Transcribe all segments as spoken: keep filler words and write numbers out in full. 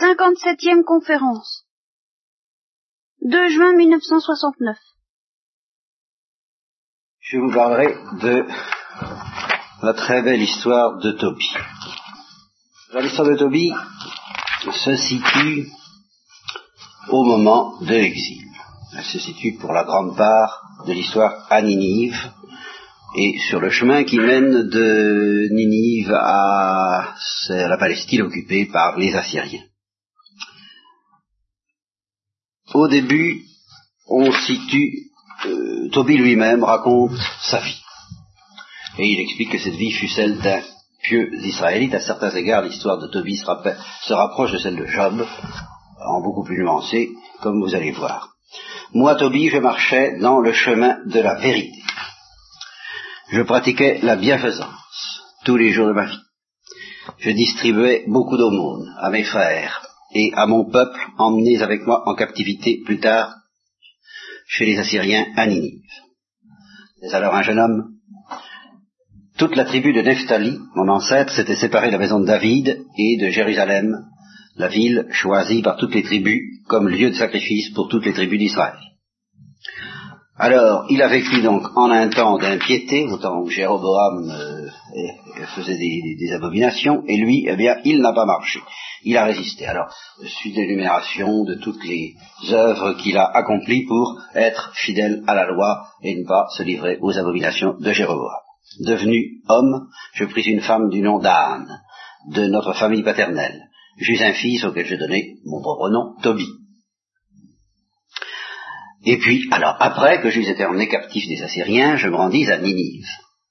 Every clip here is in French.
cinquante-septième conférence, deux juin mille neuf cent soixante-neuf. Je vous parlerai de la très belle histoire de Tobie. L'histoire de Tobie se situe au moment de l'exil. Elle se situe pour la grande part de l'histoire à Ninive et sur le chemin qui mène de Ninive à la Palestine occupée par les Assyriens. Au début, on situe, euh, Tobie lui-même raconte sa vie. Et il explique que cette vie fut celle d'un pieux israélite. À certains égards, l'histoire de Tobie se, rappelle, se rapproche de celle de Job, en beaucoup plus nuancée, comme vous allez voir. Moi, Tobie, je marchais dans le chemin de la vérité. Je pratiquais la bienfaisance tous les jours de ma vie. Je distribuais beaucoup d'aumônes à mes frères et à mon peuple emmenés avec moi en captivité plus tard chez les Assyriens à Ninive. C'est alors un jeune homme. Toute la tribu de Nephtali, mon ancêtre, s'était séparée de la maison de David et de Jérusalem, la ville choisie par toutes les tribus comme lieu de sacrifice pour toutes les tribus d'Israël. Alors, il a vécu donc en un temps d'impiété, au temps où Jéroboam euh, faisait des, des, des abominations, et lui, eh bien, il n'a pas marché. Il a résisté. Alors, je suis d'énumération de toutes les œuvres qu'il a accomplies pour être fidèle à la loi et ne pas se livrer aux abominations de Jéroboam. Devenu homme, je pris une femme du nom d'Anne, de notre famille paternelle. J'eus un fils auquel je donnai mon propre nom, Tobie. Et puis, alors, après que j'eus été emmené captif des Assyriens, je me rendis à Ninive.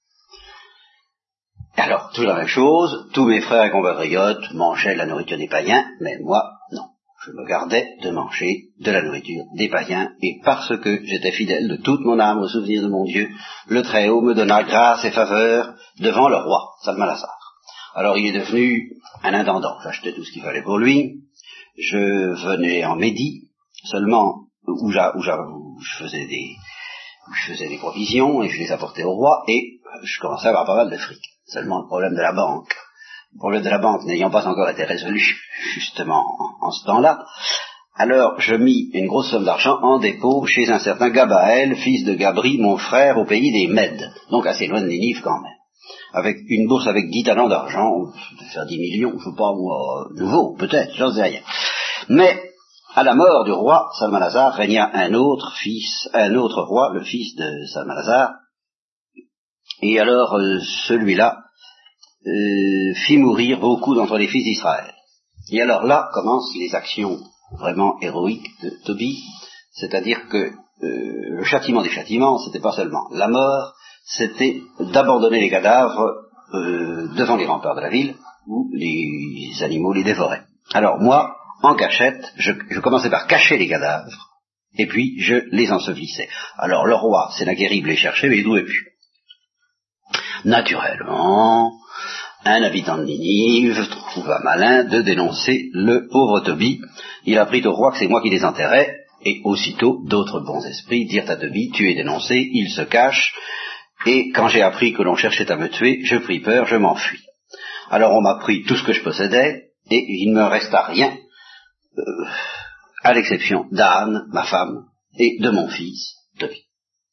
Alors, toujours la même chose, tous mes frères et compatriotes mangeaient la nourriture des païens, mais moi, non. Je me gardais de manger de la nourriture des païens, et parce que j'étais fidèle de toute mon âme au souvenir de mon Dieu, le Très-Haut me donna grâce et faveur devant le roi, Salmanasar. Alors, il est devenu un intendant. J'achetais tout ce qu'il fallait pour lui. Je venais en Médie, seulement où, j'a, où, j'a, où je faisais des où je faisais des provisions et je les apportais au roi, et je commençais à avoir pas mal de fric. Seulement le problème de la banque, le problème de la banque n'ayant pas encore été résolu, justement en, en ce temps-là, alors je mis une grosse somme d'argent en dépôt chez un certain Gabaël, fils de Gabri, mon frère, au pays des Mèdes, donc assez loin de Ninive quand même. Avec une bourse avec dix talents d'argent, on peut faire dix millions, je sais pas moi, nouveau, peut-être, j'en sais rien. Mais, à la mort du roi, Salmanasar, régna un autre fils, un autre roi, le fils de Salmanasar, et alors euh, celui-là euh, fit mourir beaucoup d'entre les fils d'Israël. Et alors là commencent les actions vraiment héroïques de Tobie, c'est-à-dire que euh, le châtiment des châtiments, c'était pas seulement la mort, c'était d'abandonner les cadavres euh, devant les remparts de la ville, où les animaux les dévoraient. Alors moi, en cachette, je, je commençais par cacher les cadavres, et puis je les ensevelissais. Alors le roi Sennacherib les cherchait, mais il ne trouvait plus. Naturellement, un habitant de Ninive trouva malin de dénoncer le pauvre Tobie. Il apprit au roi que c'est moi qui les enterrais, et aussitôt d'autres bons esprits dirent à Tobie, tu es dénoncé, il se cache, et quand j'ai appris que l'on cherchait à me tuer, je pris peur, je m'enfuis. Alors on m'a pris tout ce que je possédais, et il ne me resta rien, euh, à l'exception d'Anne, ma femme, et de mon fils, Tobie.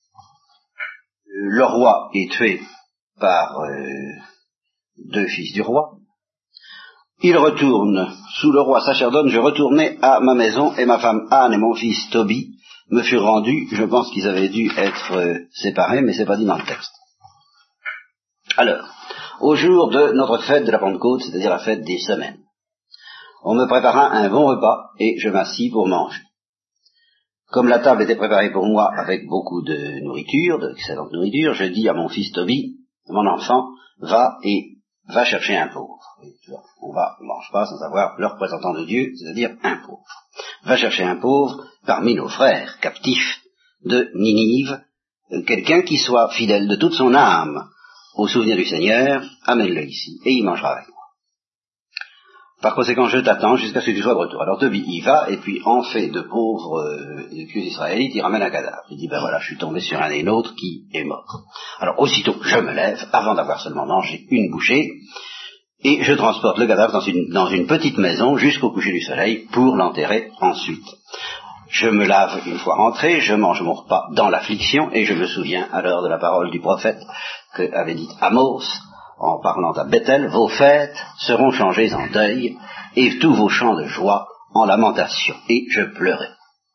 Le roi est tué par euh, deux fils du roi. Il retourne, sous le roi Sacherdon, je retournai à ma maison, et ma femme Anne et mon fils Tobie me furent rendus. Je pense qu'ils avaient dû être euh, séparés, mais c'est pas dit dans le texte. Alors, au jour de notre fête de la Pentecôte, c'est-à-dire la fête des semaines, on me prépara un bon repas, et je m'assis pour manger. Comme la table était préparée pour moi avec beaucoup de nourriture, d'excellente nourriture, je dis à mon fils Tobie, mon enfant, va et va chercher un pauvre. Et tu vois, on va, on mange pas sans avoir le représentant de Dieu, c'est-à-dire un pauvre. Va chercher un pauvre parmi nos frères captifs de Ninive, quelqu'un qui soit fidèle de toute son âme au souvenir du Seigneur, amène-le ici, et il mangera avec moi. Par conséquent, je t'attends jusqu'à ce que tu sois de retour. Alors Tobie y va, et puis en fait de pauvres euh, de pieux israélites, il ramène un cadavre. Il dit, ben voilà, je suis tombé sur un des nôtres qui est mort. Alors aussitôt, je me lève, avant d'avoir seulement mangé une bouchée, et je transporte le cadavre dans une, dans une petite maison jusqu'au coucher du soleil pour l'enterrer ensuite. Je me lave une fois rentré, je mange mon repas dans l'affliction, et je me souviens alors de la parole du prophète que avait dit Amos, en parlant à Bethel, vos fêtes seront changées en deuil, et tous vos chants de joie en lamentation. Et je pleurais.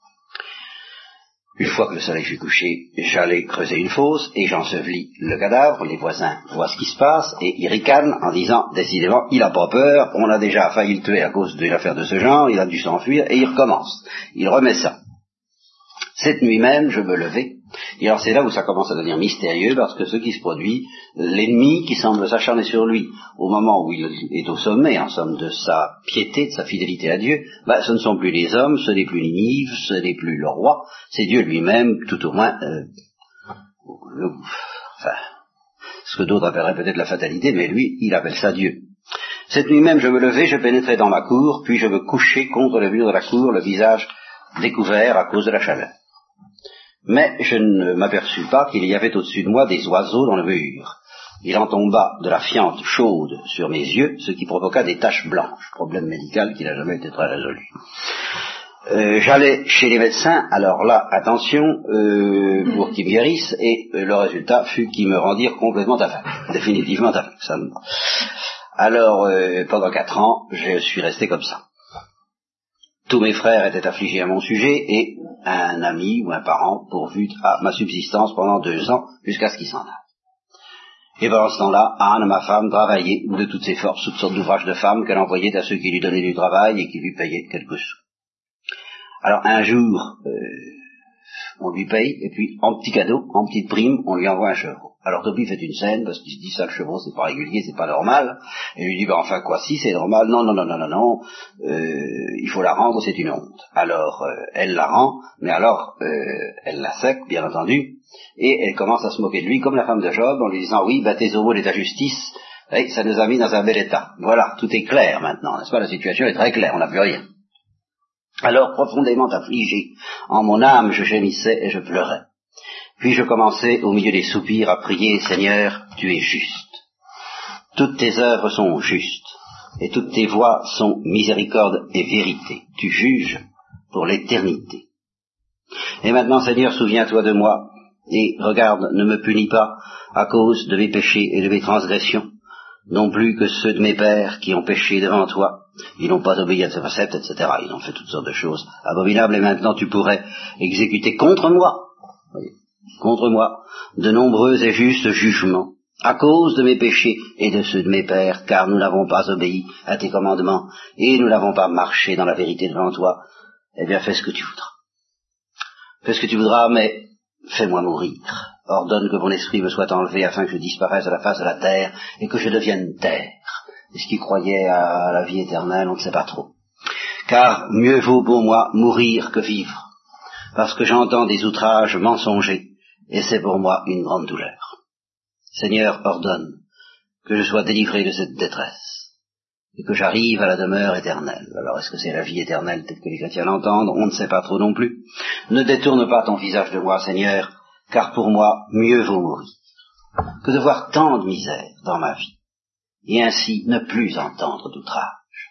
Une fois que le soleil fut couché, j'allais creuser une fosse, et j'ensevelis le cadavre. Les voisins voient ce qui se passe, et ils ricanent en disant, décidément, il n'a pas peur, on a déjà failli le tuer à cause d'une affaire de ce genre, il a dû s'enfuir, et il recommence. Il remet ça. Cette nuit même, je me levais, et alors c'est là où ça commence à devenir mystérieux, parce que ce qui se produit, l'ennemi qui semble s'acharner sur lui, au moment où il est au sommet, en somme, de sa piété, de sa fidélité à Dieu, bah, ce ne sont plus les hommes, ce n'est plus Ninive, ce n'est plus le roi, c'est Dieu lui-même, tout au moins, euh, le, enfin, ce que d'autres appelleraient peut-être la fatalité, mais lui, il appelle ça Dieu. Cette nuit même, je me levais, je pénétrais dans ma cour, puis je me couchais contre le mur de la cour, le visage découvert à cause de la chaleur. Mais je ne m'aperçus pas qu'il y avait au-dessus de moi des oiseaux dans le mur. Il en tomba de la fiente chaude sur mes yeux, ce qui provoqua des taches blanches, problème médical qui n'a jamais été très résolu. Euh, j'allais chez les médecins, alors là, attention, euh, pour qu'ils me guérissent, et euh, le résultat fut qu'ils me rendirent complètement aveugle, définitivement aveugle. Ça me... Alors, euh, pendant quatre ans, je suis resté comme ça. Tous mes frères étaient affligés à mon sujet, et un ami ou un parent pourvu à ma subsistance pendant deux ans, jusqu'à ce qu'il s'en aille. Et pendant ce temps-là, Anne, ma femme, travaillait de toutes ses forces, toutes sortes d'ouvrages de femmes qu'elle envoyait à ceux qui lui donnaient du travail et qui lui payaient quelques sous. Alors un jour, euh, on lui paye, et puis en petit cadeau, en petite prime, on lui envoie un chevreau. Alors Toby fait une scène, parce qu'il se dit ça, le chevreau, c'est pas régulier, c'est pas normal, et lui dit, ben enfin quoi, si c'est normal, non, non, non, non, non, non, euh, il faut la rendre, c'est une honte. Alors, euh, elle la rend, mais alors, euh, elle la sec, bien entendu, et elle commence à se moquer de lui, comme la femme de Job, en lui disant, oui, ben tes aumônes et ta justice, hey, ça nous a mis dans un bel état. Voilà, tout est clair maintenant, n'est-ce pas, la situation est très claire, on n'a plus rien. Alors, profondément affligé, en mon âme, je gémissais et je pleurais. Puis je commençais, au milieu des soupirs, à prier, Seigneur, tu es juste. Toutes tes œuvres sont justes, et toutes tes voies sont miséricorde et vérité. Tu juges pour l'éternité. Et maintenant, Seigneur, souviens-toi de moi, et regarde, ne me punis pas à cause de mes péchés et de mes transgressions, non plus que ceux de mes pères qui ont péché devant toi. Ils n'ont pas obéi à tes préceptes, et cetera. Ils ont fait toutes sortes de choses abominables, et maintenant tu pourrais exécuter contre moi, voyez, contre moi, de nombreux et justes jugements, à cause de mes péchés et de ceux de mes pères, car nous n'avons pas obéi à tes commandements, et nous n'avons pas marché dans la vérité devant toi. Eh bien, fais ce que tu voudras. Fais ce que tu voudras, mais fais-moi mourir. Ordonne que mon esprit me soit enlevé afin que je disparaisse de la face de la terre, et que je devienne terre. Est-ce qu'il croyait à la vie éternelle? On ne sait pas trop. Car mieux vaut pour moi mourir que vivre, parce que j'entends des outrages mensongers, et c'est pour moi une grande douleur. Seigneur, ordonne que je sois délivré de cette détresse, et que j'arrive à la demeure éternelle. Alors est-ce que c'est la vie éternelle, peut-être que les chrétiens l'entendent, on ne sait pas trop non plus. Ne détourne pas ton visage de moi, Seigneur, car pour moi mieux vaut mourir que de voir tant de misère dans ma vie, et ainsi ne plus entendre d'outrage.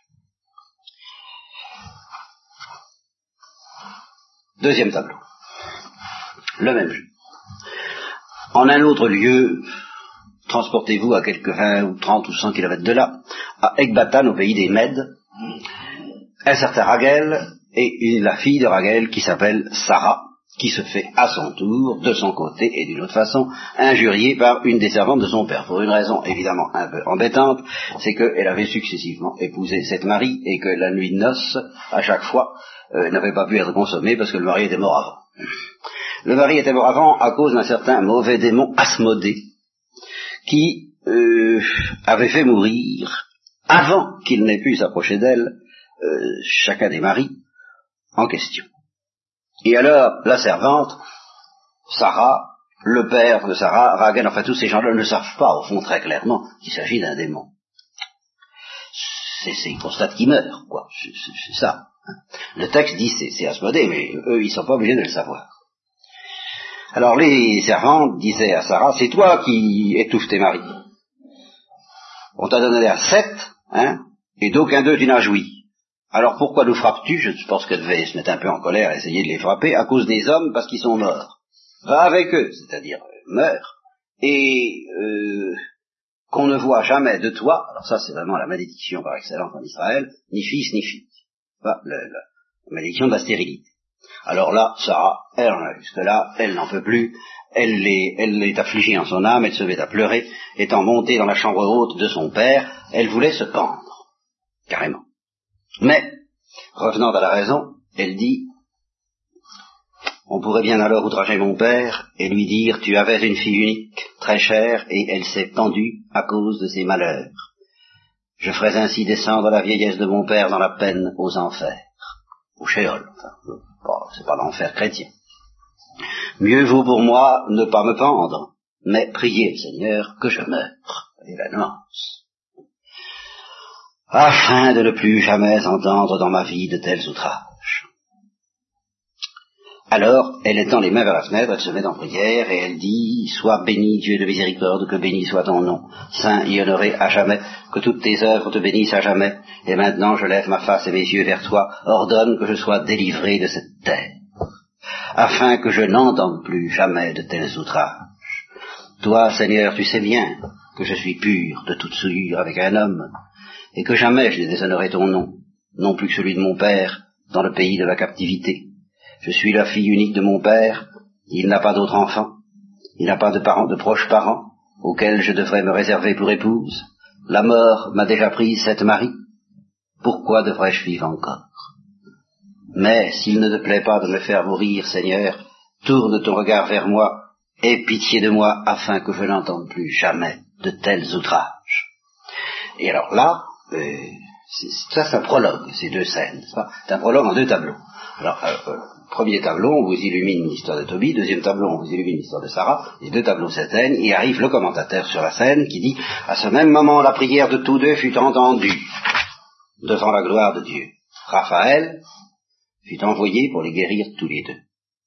Deuxième tableau. Le même jeu. En un autre lieu, transportez-vous à quelques vingt ou trente ou cent kilomètres de là, à Ecbatane, au pays des Mèdes, un certain Raguel et la fille de Raguel qui s'appelle Sarah, qui se fait à son tour, de son côté et d'une autre façon, injuriée par une des servantes de son père, pour une raison évidemment un peu embêtante, c'est qu'elle avait successivement épousé sept maris et que la nuit de noces, à chaque fois, euh, n'avait pas pu être consommée parce que le mari était mort avant. Le mari était mort avant à cause d'un certain mauvais démon Asmodée, qui euh, avait fait mourir, avant qu'il n'ait pu s'approcher d'elle, euh, chacun des maris en question. Et alors, la servante, Sarah, le père de Sarah, Raguel, enfin tous ces gens-là ne savent pas, au fond, très clairement, qu'il s'agit d'un démon. C'est, c'est, ils constatent qu'il meurt, quoi. C'est, c'est, c'est ça. Le texte dit c'est, c'est Asmodée, mais eux, ils sont pas obligés de le savoir. Alors les servantes disaient à Sarah, c'est toi qui étouffes tes maris. on t'a donné à sept, hein, et d'aucun d'eux tu n'as joui. Alors pourquoi nous frappes-tu? Je pense qu'elle devait se mettre un peu en colère à essayer de les frapper, à cause des hommes, parce qu'ils sont morts. Va avec eux, c'est-à-dire euh, meurs, et euh, qu'on ne voit jamais de toi, alors ça c'est vraiment la malédiction par excellence en Israël, ni fils ni fille. Enfin, le, le, la malédiction de la stérilité. Alors là, Sarah, elle en a jusque-là, elle n'en peut plus, elle est, elle est affligée en son âme, elle se met à pleurer, étant montée dans la chambre haute de son père, elle voulait se pendre, carrément. Mais, revenant à la raison, elle dit, on pourrait bien alors outrager mon père et lui dire, tu avais une fille unique, très chère, et elle s'est pendue à cause de ses malheurs. Je ferais ainsi descendre la vieillesse de mon père dans la peine aux enfers, au Sheol, enfin, c'est pas l'enfer chrétien. Mieux vaut pour moi ne pas me pendre, mais prier le Seigneur que je meure, et la nuance, afin de ne plus jamais entendre dans ma vie de tels outrages. Alors, elle étend les mains vers la fenêtre, elle se met en prière, et elle dit, sois béni, Dieu de miséricorde, que béni soit ton nom, saint et honoré à jamais, que toutes tes œuvres te bénissent à jamais, et maintenant je lève ma face et mes yeux vers toi, ordonne que je sois délivré de cette terre, afin que je n'entende plus jamais de tels outrages. Toi, Seigneur, tu sais bien que je suis pur de toute souillure avec un homme, et que jamais je n'ai déshonoré ton nom, non plus que celui de mon père, dans le pays de la captivité. Je suis la fille unique de mon père, il n'a pas d'autre enfant, il n'a pas de parents, de proches parents, auxquels je devrais me réserver pour épouse. La mort m'a déjà prise cette Marie, pourquoi devrais-je vivre encore? Mais s'il ne te plaît pas de me faire mourir, Seigneur, tourne ton regard vers moi, aie pitié de moi, afin que je n'entende plus jamais de tels outrages. Et alors là, euh, c'est, ça c'est un prologue, ces deux scènes, c'est, pas, c'est un prologue en deux tableaux. Alors, euh, euh, premier tableau, on vous illumine l'histoire de Tobie, deuxième tableau, on vous illumine l'histoire de Sarah, les deux tableaux s'éteignent, et arrive le commentateur sur la scène qui dit, à ce même moment, la prière de tous deux fut entendue devant la gloire de Dieu. Raphaël fut envoyé pour les guérir tous les deux.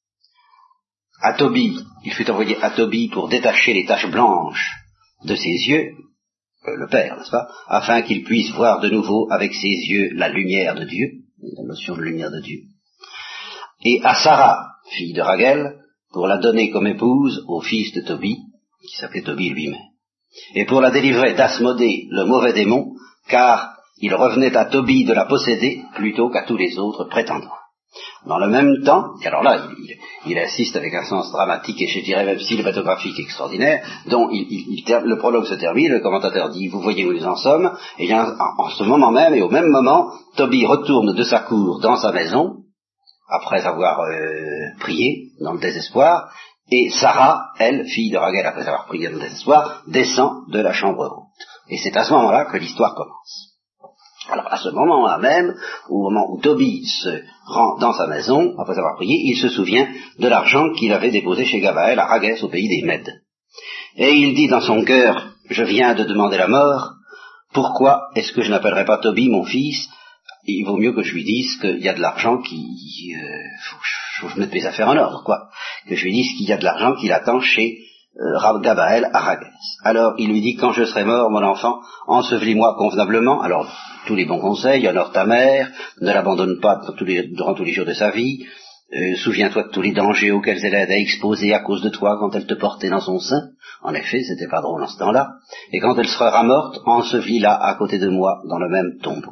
À Tobie, il fut envoyé à Tobie pour détacher les taches blanches de ses yeux, euh, le Père, n'est-ce pas, afin qu'il puisse voir de nouveau avec ses yeux la lumière de Dieu, la notion de lumière de Dieu. Et à Sarah, fille de Raguel, pour la donner comme épouse au fils de Tobie, qui s'appelait Tobie lui-même, et pour la délivrer d'Asmodée, le mauvais démon, car il revenait à Tobie de la posséder plutôt qu'à tous les autres prétendants. Dans le même temps, et alors là, il, il, il insiste avec un sens dramatique et je dirais même cinématographique extraordinaire, dont il, il, il, le prologue se termine, le commentateur dit, vous voyez où nous en sommes, et bien, en, en ce moment même, et au même moment, Tobie retourne de sa cour dans sa maison, après avoir euh, prié dans le désespoir, et Sarah, elle, fille de Raguel, après avoir prié dans le désespoir, descend de la chambre haute. Et c'est à ce moment-là que l'histoire commence. Alors à ce moment-là même, au moment où Tobie se rend dans sa maison, après avoir prié, il se souvient de l'argent qu'il avait déposé chez Gabaël à Ragès, au pays des Mèdes. Et il dit dans son cœur, je viens de demander la mort, pourquoi est-ce que je n'appellerai pas Tobie mon fils? Il vaut mieux que je lui dise qu'il y a de l'argent qui... Euh, faut, faut que je mette mes affaires en ordre, quoi. Que je lui dise qu'il y a de l'argent qui l'attend chez euh, Gabaël à Ragès. Alors il lui dit, quand je serai mort, mon enfant, ensevelis-moi convenablement. Alors tous les bons conseils, honore ta mère, ne l'abandonne pas tous les, durant tous les jours de sa vie, euh, souviens-toi de tous les dangers auxquels elle a été exposée à cause de toi quand elle te portait dans son sein. En effet, c'était pas drôle en ce temps-là. Et quand elle sera morte, ensevelis-la à côté de moi dans le même tombeau.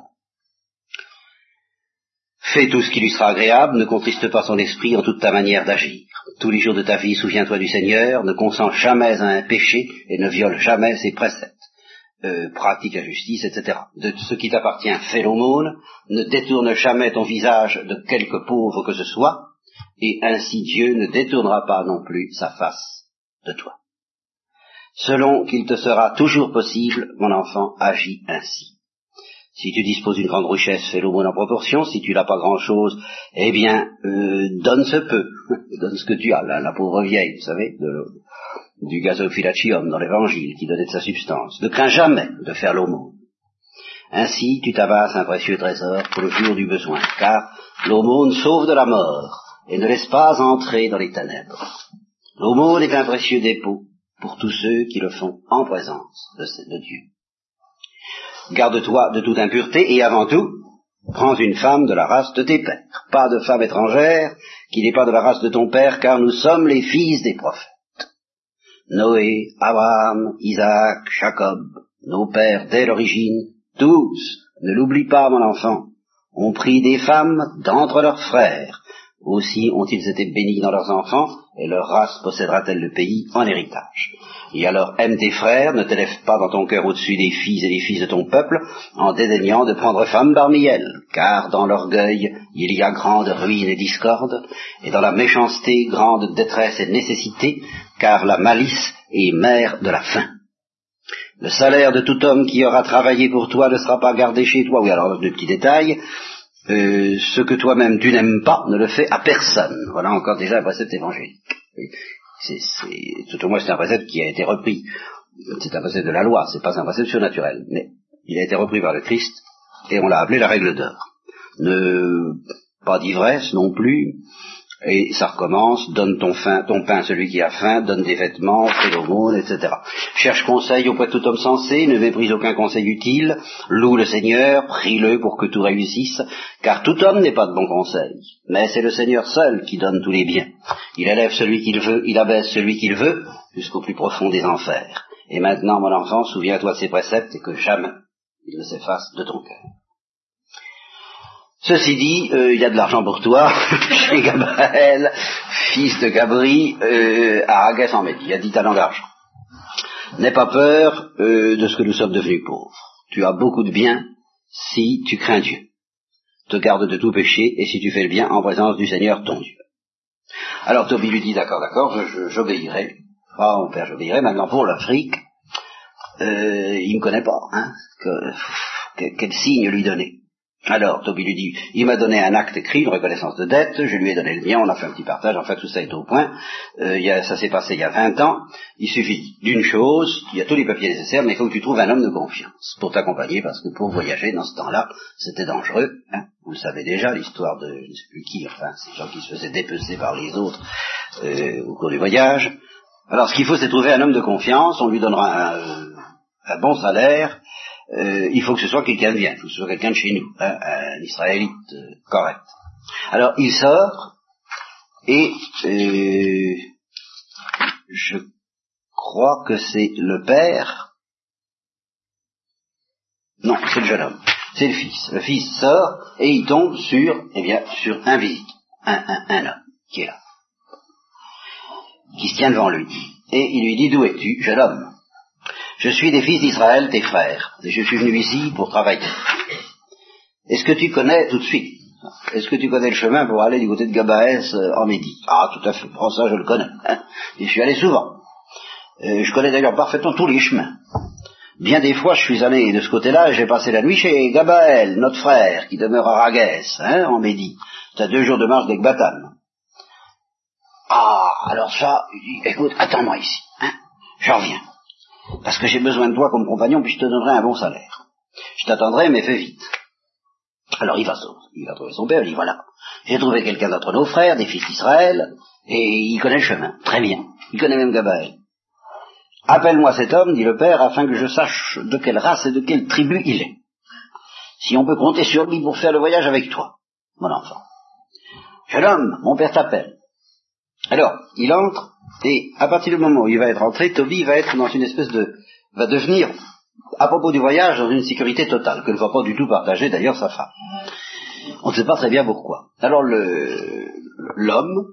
Fais tout ce qui lui sera agréable, ne contriste pas son esprit en toute ta manière d'agir. Tous les jours de ta vie, souviens-toi du Seigneur, ne consens jamais à un péché et ne viole jamais ses préceptes. Euh, pratique la justice, et cetera. De ce qui t'appartient, fais l'aumône, ne détourne jamais ton visage de quelque pauvre que ce soit, et ainsi Dieu ne détournera pas non plus sa face de toi. Selon qu'il te sera toujours possible, mon enfant, agis ainsi. Si tu disposes d'une grande richesse, fais l'aumône en proportion. Si tu n'as pas grand-chose, eh bien, euh, donne ce peu. Donne ce que tu as. La, la pauvre vieille, vous savez, de, du gazophilatium dans l'évangile, qui donnait de sa substance. Ne crains jamais de faire l'aumône. Ainsi, tu t'amasses un précieux trésor pour le jour du besoin, car l'aumône sauve de la mort et ne laisse pas entrer dans les ténèbres. L'aumône est un précieux dépôt pour tous ceux qui le font en présence de, de Dieu. Garde-toi de toute impureté, et avant tout, prends une femme de la race de tes pères. Pas de femme étrangère qui n'est pas de la race de ton père, car nous sommes les fils des prophètes. Noé, Abraham, Isaac, Jacob, nos pères dès l'origine, tous, ne l'oublie pas mon enfant, ont pris des femmes d'entre leurs frères. Aussi ont-ils été bénis dans leurs enfants, et leur race possédera-t-elle le pays en héritage. Et alors aime tes frères, ne t'élève pas dans ton cœur au-dessus des filles et des fils de ton peuple, en dédaignant de prendre femme parmi elles, car dans l'orgueil il y a grande ruine et discorde, et dans la méchanceté grande détresse et nécessité, car la malice est mère de la faim. Le salaire de tout homme qui aura travaillé pour toi ne sera pas gardé chez toi. Oui, alors, deux petits détails. Euh, ce que toi-même tu n'aimes pas, ne le fais à personne. Voilà encore déjà un précepte évangélique. C'est, c'est, tout au moins c'est un précepte qui a été repris. C'est un précepte de la loi, c'est pas un précepte surnaturel. Mais il a été repris par le Christ et on l'a appelé la règle d'or. Ne, pas d'ivresse non plus. Et ça recommence, donne ton, faim, ton pain à celui qui a faim, donne des vêtements, fais l'aumône, et cetera. Cherche conseil auprès de tout homme sensé, ne méprise aucun conseil utile, loue le Seigneur, prie-le pour que tout réussisse, car tout homme n'est pas de bon conseil, mais c'est le Seigneur seul qui donne tous les biens. Il élève celui qu'il veut, il abaisse celui qu'il veut, jusqu'au plus profond des enfers. Et maintenant, mon enfant, souviens-toi de ces préceptes et que jamais ils ne s'effacent de ton cœur. Ceci dit, il euh, y a de l'argent pour toi chez Gabaël, fils de Gabri, euh, à Aragès en Médie. Il y a dix talents d'argent. N'aie pas peur euh, de ce que nous sommes devenus pauvres. Tu as beaucoup de bien si tu crains Dieu. Te garde de tout péché et si tu fais le bien en présence du Seigneur ton Dieu. Alors Tobie lui dit, d'accord, d'accord, je, je, j'obéirai. Ah, mon père, j'obéirai. Maintenant pour l'Afrique, euh, il ne me connaît pas. Hein, que, que, quel signe lui donner? Alors, Tobie lui dit, il m'a donné un acte écrit, une reconnaissance de dette, je lui ai donné le mien, on a fait un petit partage, en fait tout ça est au point, euh, y a, ça s'est passé il y a vingt ans, il suffit d'une chose, il y a tous les papiers nécessaires, mais il faut que tu trouves un homme de confiance pour t'accompagner, parce que pour voyager dans ce temps-là, c'était dangereux, hein, vous le savez déjà, l'histoire de, je ne sais plus qui, enfin, ces gens qui se faisaient dépecer par les autres euh, au cours du voyage. Alors ce qu'il faut, c'est trouver un homme de confiance, on lui donnera un, un bon salaire. Euh, il faut que ce soit quelqu'un de bien, il faut que ce soit quelqu'un de chez nous, hein, un Israélite euh, correct. Alors il sort, et euh, je crois que c'est le père, non, c'est le jeune homme, c'est le fils. Le fils sort, et il tombe sur, eh bien, sur un visiteur, un, un, un homme, qui est là, qui se tient devant lui. Et il lui dit, d'où es-tu, jeune homme? Je suis des fils d'Israël, tes frères, et je suis venu ici pour travailler. Est-ce que tu connais, tout de suite, est-ce que tu connais le chemin pour aller du côté de Gabaès euh, en Médie? Ah, tout à fait, oh, ça je le connais, hein. Je suis allé souvent. Euh, je connais d'ailleurs parfaitement tous les chemins. Bien des fois, je suis allé de ce côté-là et j'ai passé la nuit chez Gabaël, notre frère, qui demeure à Ragès, hein, en Médie. C'est à deux jours de marche d'Ecbatane. Ah, alors ça, il dit, écoute, attends-moi ici, hein, j'en reviens. Parce que j'ai besoin de toi comme compagnon, puis je te donnerai un bon salaire. Je t'attendrai, mais fais vite. Alors il va, il va trouver son père, il dit, voilà, j'ai trouvé quelqu'un d'entre nos frères, des fils d'Israël, et il connaît le chemin, très bien. Il connaît même Gabaël. Appelle-moi cet homme, dit le père, afin que je sache de quelle race et de quelle tribu il est. Si on peut compter sur lui pour faire le voyage avec toi, mon enfant. Jeune homme, mon père t'appelle. Alors, il entre, et à partir du moment où il va être entré, Tobie va être dans une espèce de... va devenir, à propos du voyage, dans une sécurité totale, que ne va pas du tout partager d'ailleurs sa femme. On ne sait pas très bien pourquoi. Alors le, l'homme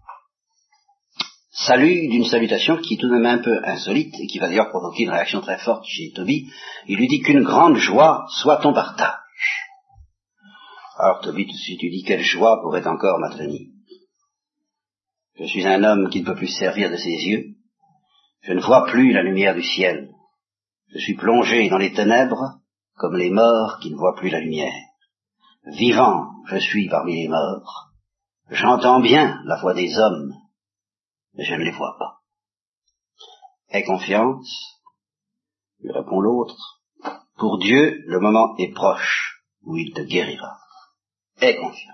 salue d'une salutation qui est tout de même un peu insolite, et qui va d'ailleurs provoquer une réaction très forte chez Tobie. Il lui dit qu'une grande joie soit ton partage. Alors Tobie tout de suite lui dit, quelle joie pourrait encore m'advenir? Je suis un homme qui ne peut plus se servir de ses yeux. Je ne vois plus la lumière du ciel. Je suis plongé dans les ténèbres, comme les morts qui ne voient plus la lumière. Vivant, je suis parmi les morts. J'entends bien la voix des hommes, mais je ne les vois pas. Aie confiance, lui répond l'autre. Pour Dieu, le moment est proche où il te guérira. Aie confiance.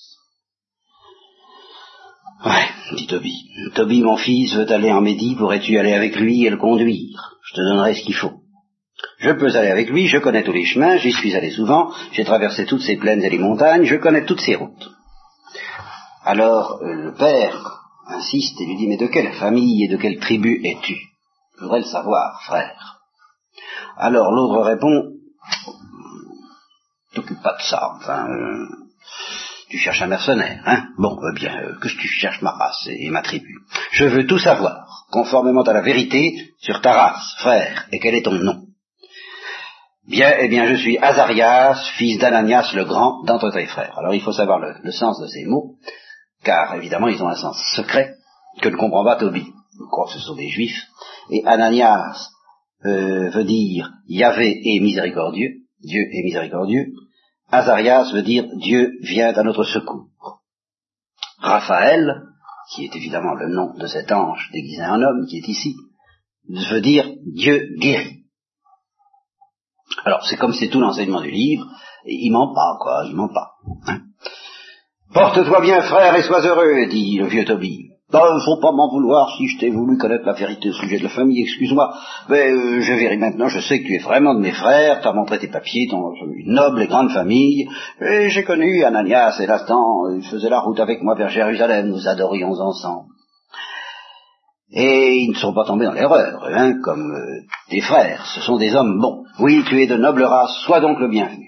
Ouais, dit Tobie. Tobie, mon fils, veut aller en Médie, pourrais-tu aller avec lui et le conduire? Je te donnerai ce qu'il faut. Je peux aller avec lui, je connais tous les chemins, j'y suis allé souvent, j'ai traversé toutes ces plaines et les montagnes, je connais toutes ces routes. Alors euh, le père insiste et lui dit, mais de quelle famille et de quelle tribu es-tu? Je voudrais le savoir, frère. Alors l'autre répond, t'occupe pas de ça, enfin, euh, tu cherches un mercenaire, hein? Bon, eh bien, euh, que tu cherches ma race et, et ma tribu. Je veux tout savoir, conformément à la vérité, sur ta race, frère, et quel est ton nom? Bien, eh bien, je suis Azarias, fils d'Ananias le Grand, d'entre tes frères. Alors il faut savoir le, le sens de ces mots, car évidemment ils ont un sens secret que ne comprend pas Tobie. Je crois que ce sont des juifs. Et Ananias euh, veut dire Yahvé est miséricordieux, Dieu est miséricordieux. Azarias veut dire Dieu vient à notre secours. Raphaël, qui est évidemment le nom de cet ange déguisé en homme qui est ici, veut dire Dieu guérit. Alors c'est comme c'est tout l'enseignement du livre, il ment pas, quoi, il ment pas. Hein. Porte-toi bien, frère, et sois heureux, dit le vieux Tobie. Il ne faut pas m'en vouloir si je t'ai voulu connaître la vérité au sujet de la famille, excuse-moi, mais euh, je verrai maintenant, je sais que tu es vraiment de mes frères, tu as montré tes papiers, ton une noble et grande famille, et j'ai connu Ananias, et l'instant, il faisait la route avec moi vers Jérusalem, nous adorions ensemble. Et ils ne sont pas tombés dans l'erreur, hein, comme euh, tes frères, ce sont des hommes bons. Oui, tu es de noble race, sois donc le bienvenu.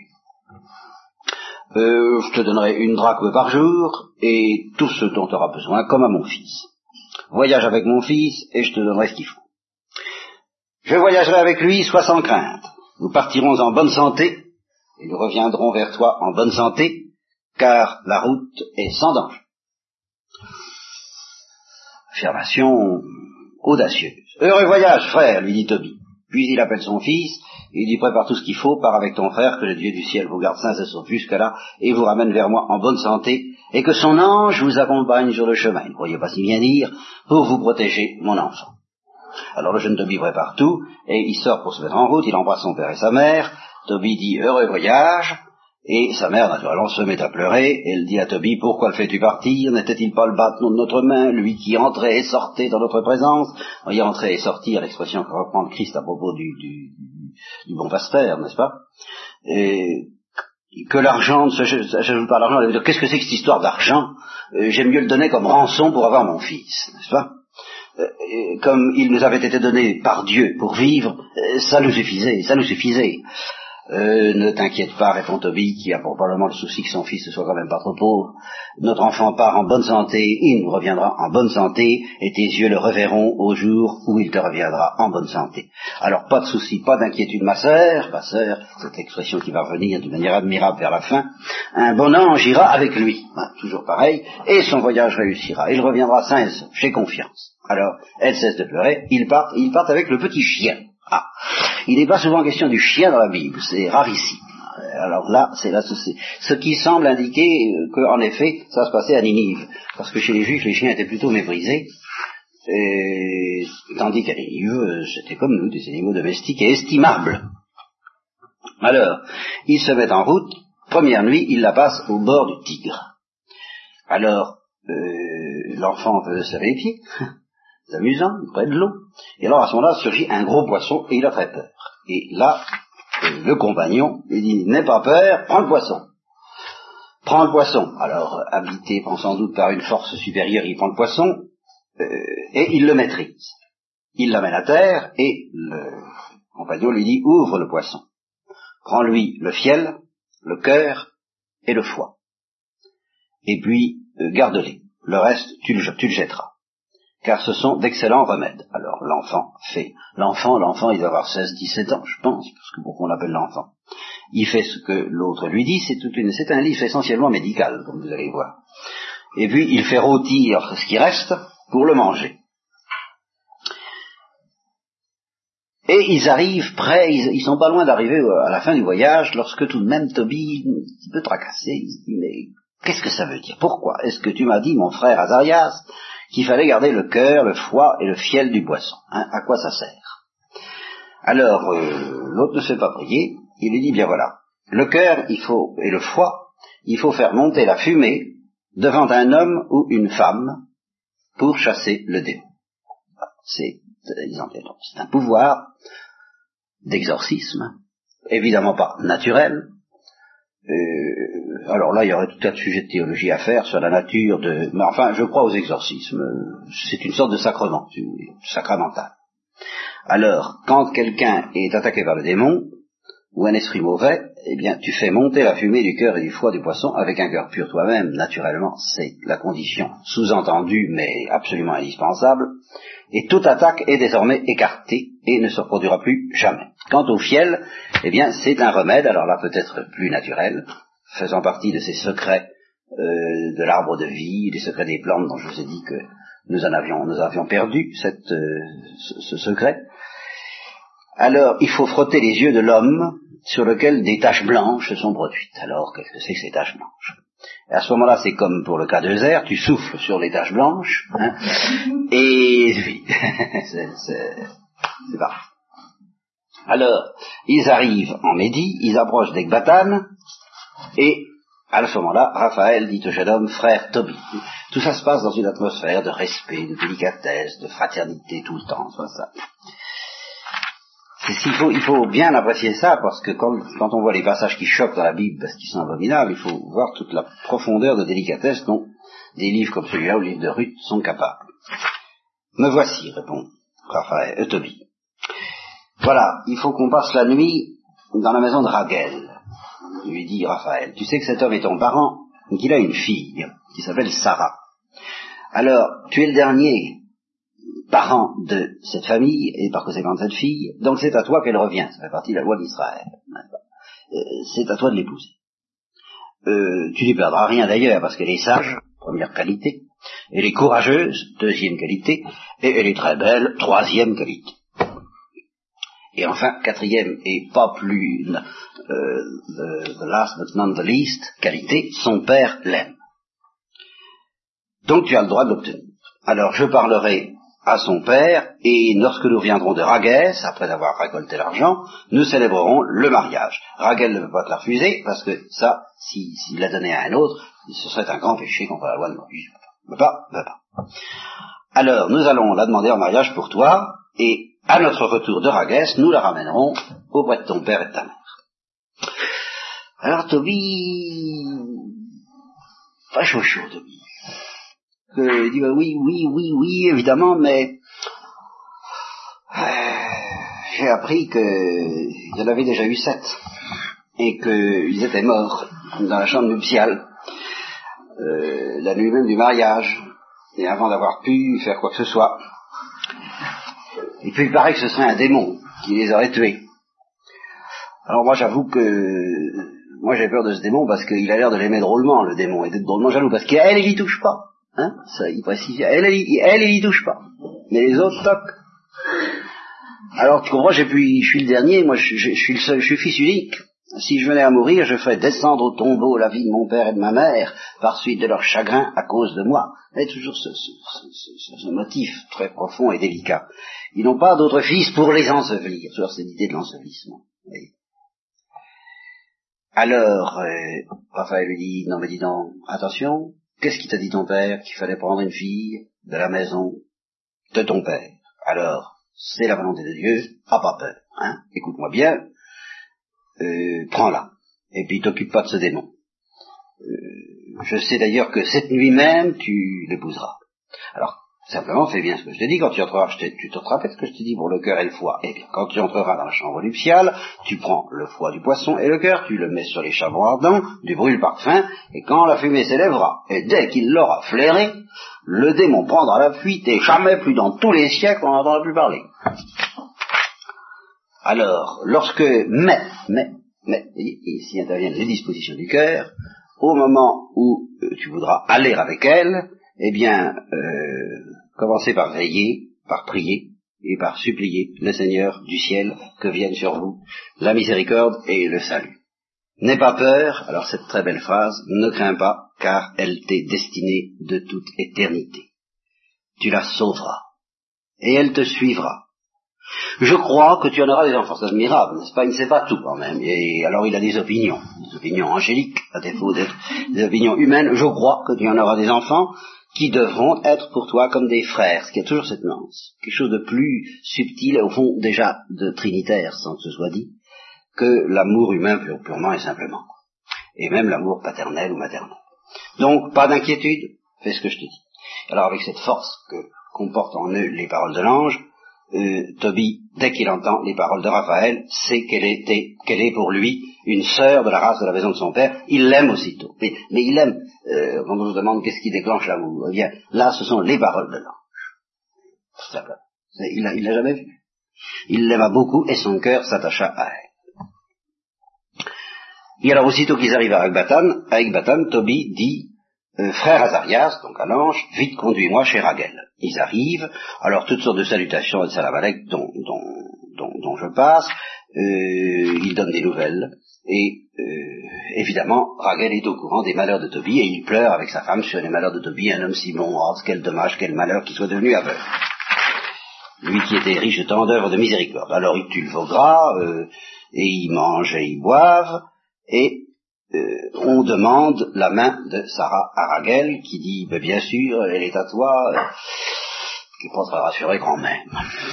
Euh, je te donnerai une drachme par jour, et tout ce dont tu auras besoin, comme à mon fils. Voyage avec mon fils, et je te donnerai ce qu'il faut. Je voyagerai avec lui, sois sans crainte. Nous partirons en bonne santé, et nous reviendrons vers toi en bonne santé, car la route est sans danger. Affirmation audacieuse. Heureux voyage, frère, lui dit Tobie. Puis il appelle son fils, et il lui prépare tout ce qu'il faut, pars avec ton frère, que le Dieu du ciel vous garde sains et saufs jusque-là, et vous ramène vers moi en bonne santé, et que son ange vous accompagne sur le chemin, ne croyez pas si bien dire, pour vous protéger, mon enfant. Alors le jeune Tobie prépare tout, et il sort pour se mettre en route, il embrasse son père et sa mère, Tobie dit heureux voyage, et sa mère, naturellement, se met à pleurer, et elle dit à Tobie, pourquoi le fais-tu partir? N'était-il pas le bâton de notre main, lui qui entrait et sortait dans notre présence? Vous voyez, entrer et sortir, l'expression que reprend le Christ à propos du, du, du bon pasteur, n'est-ce pas? Et que l'argent ne s'ajoute pas à l'argent, elle veut dire, qu'est-ce que c'est que cette histoire d'argent? euh, J'aime mieux le donner comme rançon pour avoir mon fils, n'est-ce pas? euh, Comme il nous avait été donné par Dieu pour vivre, euh, ça nous suffisait, ça nous suffisait. Euh, ne t'inquiète pas, répond Tobie, qui a probablement le souci que son fils ne soit quand même pas trop pauvre. Notre enfant part en bonne santé, il nous reviendra en bonne santé, et tes yeux le reverront au jour où il te reviendra en bonne santé. Alors pas de souci, pas d'inquiétude, ma sœur, ma sœur, cette expression qui va revenir d'une manière admirable vers la fin, un bon ange ira avec lui, hein, toujours pareil, et son voyage réussira, il reviendra sain et sauf, j'ai confiance. Alors, elle cesse de pleurer, ils partent, ils partent avec le petit chien. Ah, il n'est pas souvent question du chien dans la Bible, c'est rarissime. Alors là, c'est là, c'est ce qui semble indiquer qu'en effet, ça se passait à Ninive, parce que chez les Juifs, les chiens étaient plutôt méprisés, et, tandis qu'à Ninive, c'était comme nous, des animaux domestiques et estimables. Alors, ils se mettent en route, première nuit, ils la passent au bord du Tigre. Alors, euh, l'enfant veut se serrer les pieds. C'est amusant, près de l'eau. Et alors à ce moment-là surgit un gros poisson et il a très peur. Et là, le compagnon lui dit, n'aie pas peur, prends le poisson. Prends le poisson. Alors, habité sans doute par une force supérieure, il prend le poisson euh, et il le maîtrise. Il l'amène à terre et le compagnon lui dit, ouvre le poisson. Prends-lui le fiel, le cœur et le foie. Et puis, euh, garde-les. Le reste, tu le, tu le jetteras. Car ce sont d'excellents remèdes. Alors l'enfant fait, l'enfant, l'enfant il doit avoir seize, dix-sept ans, je pense, parce que pourquoi on l'appelle l'enfant. Il fait ce que l'autre lui dit, c'est, toute une, c'est un livre essentiellement médical, comme vous allez voir. Et puis il fait rôtir ce qui reste pour le manger. Et ils arrivent près, ils, ils sont pas loin d'arriver à la fin du voyage, lorsque tout de même Tobie, un petit peu tracassé, il se dit, mais qu'est-ce que ça veut dire? Pourquoi est-ce que tu m'as dit, mon frère Azarias, qu'il fallait garder le cœur, le foie et le fiel du poisson, hein, à quoi ça sert? Alors, euh, l'autre ne se fait pas prier, il lui dit, bien voilà, le cœur, il faut, et le foie, il faut faire monter la fumée devant un homme ou une femme pour chasser le démon. C'est, c'est un pouvoir d'exorcisme, évidemment pas naturel. Euh, alors là, il y aurait tout un tas de sujets de théologie à faire sur la nature de... Mais enfin, je crois aux exorcismes. C'est une sorte de sacrement, sacramental. Alors, quand quelqu'un est attaqué par le démon, ou un esprit mauvais, eh bien, tu fais monter la fumée du cœur et du foie du poisson avec un cœur pur toi-même, naturellement, c'est la condition sous-entendue, mais absolument indispensable, et toute attaque est désormais écartée et ne se reproduira plus jamais. Quant au fiel, eh bien, c'est un remède, alors là peut-être plus naturel, faisant partie de ces secrets euh, de l'arbre de vie, des secrets des plantes dont je vous ai dit que nous en avions, nous avions perdu cette, euh, ce, ce secret. Alors, il faut frotter les yeux de l'homme sur lequel des taches blanches se sont produites. Alors, qu'est-ce que c'est que ces taches blanches? Et à ce moment-là, c'est comme pour le cas de Zère, tu souffles sur les taches blanches, hein, et oui, c'est, c'est, c'est parfait. Alors, ils arrivent en Médie, ils approchent d'Ecbatane, et à ce moment-là, Raphaël dit au jeune homme, frère Tobie. Tout ça se passe dans une atmosphère de respect, de délicatesse, de fraternité tout le temps, c'est ça. Il faut, il faut bien apprécier ça, parce que quand, quand on voit les passages qui choquent dans la Bible, parce qu'ils sont abominables, il faut voir toute la profondeur de délicatesse dont des livres comme celui-là, ou le livre de Ruth, sont capables. Me voici, répond Raphaël, euh, Tobie. Voilà, il faut qu'on passe la nuit dans la maison de Raguel, lui dit Raphaël. Tu sais que cet homme est ton parent, et qu'il a une fille, qui s'appelle Sarah. Alors, tu es le dernier parent de cette famille, et par conséquent de cette fille, donc c'est à toi qu'elle revient, ça fait partie de la loi d'Israël. Euh, c'est à toi de l'épouser. Euh, tu n'y perdras rien d'ailleurs, parce qu'elle est sage, première qualité, elle est courageuse, deuxième qualité, et elle est très belle, troisième qualité. Et enfin, quatrième, et pas plus, euh, the, the last but not the least, qualité, son père l'aime. Donc tu as le droit de l'obtenir. Alors je parlerai à son père, et lorsque nous reviendrons de Ragès, après avoir récolté l'argent, nous célébrerons le mariage. Raguel ne peut pas te la refuser, parce que ça, s'il si, si l'a donné à un autre, ce serait un grand péché contre la loi de Moïse. Ne peut pas, ne peut pas. Alors, nous allons la demander en mariage pour toi, et à notre retour de Ragès, nous la ramènerons auprès de ton père et de ta mère. Alors, Tobie, pas chaud chaud, Tobie. Euh, il dit, bah, oui, oui, oui, oui, évidemment, mais euh, j'ai appris qu'il y en avait déjà eu sept, et qu'ils étaient morts dans la chambre nuptiale, euh, la nuit même du mariage, et avant d'avoir pu faire quoi que ce soit. Et puis il paraît que ce serait un démon qui les aurait tués. Alors moi j'avoue que moi j'ai peur de ce démon, parce qu'il a l'air de l'aimer drôlement, le démon, et d'être drôlement jaloux, parce qu'elle, il y touche pas. Hein, ça, il précise, elle, elle, elle, elle y touche pas. Mais les autres, toc. Alors, tu comprends, j'ai pu, je suis le dernier, moi, je, je, je suis le seul, je suis fils unique. Si je venais à mourir, je ferais descendre au tombeau la vie de mon père et de ma mère, par suite de leur chagrin à cause de moi. Et toujours ce, ce, ce, ce motif très profond et délicat. Ils n'ont pas d'autres fils pour les ensevelir. Toujours cette idée de l'ensevelissement. Alors, euh, Raphaël lui dit, non mais dis donc, attention, qu'est-ce qui t'a dit ton père? Qu'il fallait prendre une fille de la maison de ton père. Alors, c'est la volonté de Dieu, ah pas peur, hein, écoute-moi bien, euh, prends-la, et puis t'occupe pas de ce démon. Euh, je sais d'ailleurs que cette nuit même, tu l'épouseras. Alors, simplement, fais bien ce que je te dis, quand tu entreras, je te, tu te rappelles ce que je te dis pour le cœur et le foie. Eh bien, quand tu entreras dans la chambre nuptiale, tu prends le foie du poisson et le cœur, tu le mets sur les charbons ardents, du brûle-parfum, et quand la fumée s'élèvera, et dès qu'il l'aura flairé, le démon prendra la fuite, et jamais plus dans tous les siècles on n'entendra plus parler. Alors, lorsque, mais, mais, mais, ici interviennent les dispositions du cœur, au moment où euh, tu voudras aller avec elle, eh bien, euh, commencez par veiller, par prier, et par supplier le Seigneur du ciel que vienne sur vous la miséricorde et le salut. N'aie pas peur, alors cette très belle phrase, ne crains pas, car elle t'est destinée de toute éternité. Tu la sauveras, et elle te suivra. Je crois que tu en auras des enfants, c'est admirable, n'est-ce pas? Il ne sait pas tout quand même, et alors il a des opinions, des opinions angéliques, à défaut d'être des opinions humaines. Je crois que tu en auras des enfants qui devront être pour toi comme des frères, ce qui a toujours cette nuance, quelque chose de plus subtil, au fond déjà de trinitaire, sans que ce soit dit, que l'amour humain pur, purement et simplement, et même l'amour paternel ou maternel. Donc, pas d'inquiétude, fais ce que je te dis. Alors, avec cette force que comportent en eux les paroles de l'ange, euh, Tobie, dès qu'il entend les paroles de Raphaël, sait qu'elle était, qu'elle est pour lui une sœur de la race de la maison de son père. Il l'aime aussitôt. Mais, mais il aime, euh, quand on se demande qu'est-ce qui déclenche l'amour, eh bien, là, ce sont les paroles de l'ange. Tout simplement. Il l'a, il l'a jamais vu. Il l'aima beaucoup et son cœur s'attacha à elle. Et alors, aussitôt qu'ils arrivent à Ecbatane, à Ecbatane, Tobie dit, Euh, frère Azarias, donc à l'ange, vite conduis-moi chez Raguel. Ils arrivent, alors toutes sortes de salutations et de salamalek dont, dont, dont, dont je passe, euh, ils donnent des nouvelles, et euh, évidemment, Raguel est au courant des malheurs de Tobie, et il pleure avec sa femme sur les malheurs de Tobie, un homme si bon, oh, quel dommage, quel malheur qu'il soit devenu aveugle. Lui qui était riche de tant d'œuvres de miséricorde. Alors ils tuent le veau gras, euh, et ils mangent et ils boivent, et Euh, on demande la main de Sarah à Raguel, qui dit, ben, bien sûr, elle est à toi, euh, qui pense à rassurer quand même.